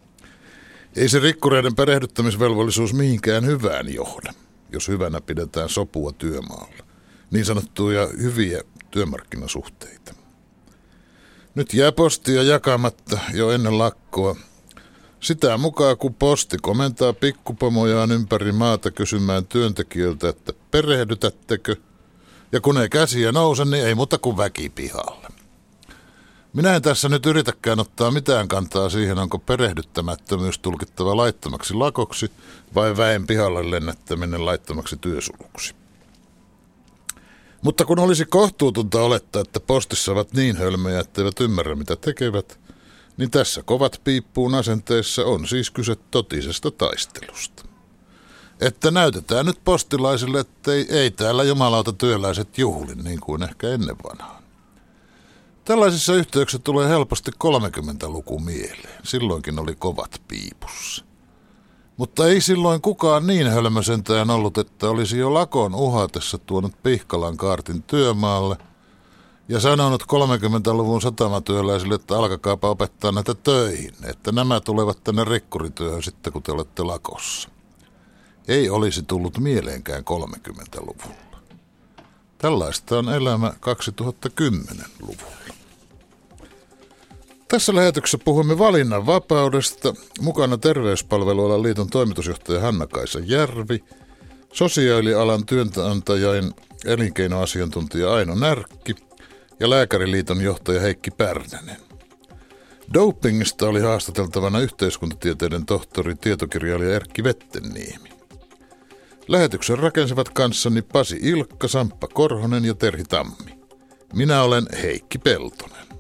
Ei se rikkureiden perehdyttämisvelvollisuus mihinkään hyvään johda, jos hyvänä pidetään sopua työmaalla, niin sanottuja hyviä työmarkkinasuhteita. Nyt jää postia jakamatta jo ennen lakkoa, sitä mukaan kun posti komentaa pikkupomojaan ympäri maata kysymään työntekijöiltä, että perehdytättekö, ja kun ei käsiä nouse, niin ei muuta kuin väki pihalle. Minä en tässä nyt yritäkään ottaa mitään kantaa siihen, onko perehdyttämättömyys tulkittava laittomaksi lakoksi vai väen pihalle lennättäminen laittomaksi työsuluksi. Mutta kun olisi kohtuutonta olettaa, että postissa ovat niin hölmöjä, etteivät ymmärrä mitä tekevät, niin tässä kovat piippuun asenteessa on siis kyse totisesta taistelusta. Että näytetään nyt postilaisille, ettei ei täällä jumalauta työläiset juhlin niin kuin ehkä ennen vanhaan. Tällaisissa yhteyksissä tulee helposti 30-luku mieleen. Silloinkin oli kovat piipussa. Mutta ei silloin kukaan niin hölmösentään ollut, että olisi jo lakon uhatessa tuonut Pihkalan kaartin työmaalle ja sanonut 30-luvun satamatyöläisille, että alkakaapa opettaa näitä töihin, että nämä tulevat tänne rikkurityöhön sitten, kun te olette lakossa. Ei olisi tullut mieleenkään 30-luvulla. Tällaista on elämä 2010-luvulla. Tässä lähetyksessä puhumme valinnanvapaudesta. Mukana Terveyspalvelualan liiton toimitusjohtaja Hanna-Kaisa Järvi, sosiaalialan työnantajain elinkeinoasiantuntija Aino Närkki ja Lääkäriliiton johtaja Heikki Pärnänen. Dopingista oli haastateltavana yhteiskuntatieteiden tohtori tietokirjailija Erkki Vettenniemi. Lähetyksen rakensivat kanssani Pasi Ilkka, Samppa Korhonen ja Terhi Tammi. Minä olen Heikki Peltonen.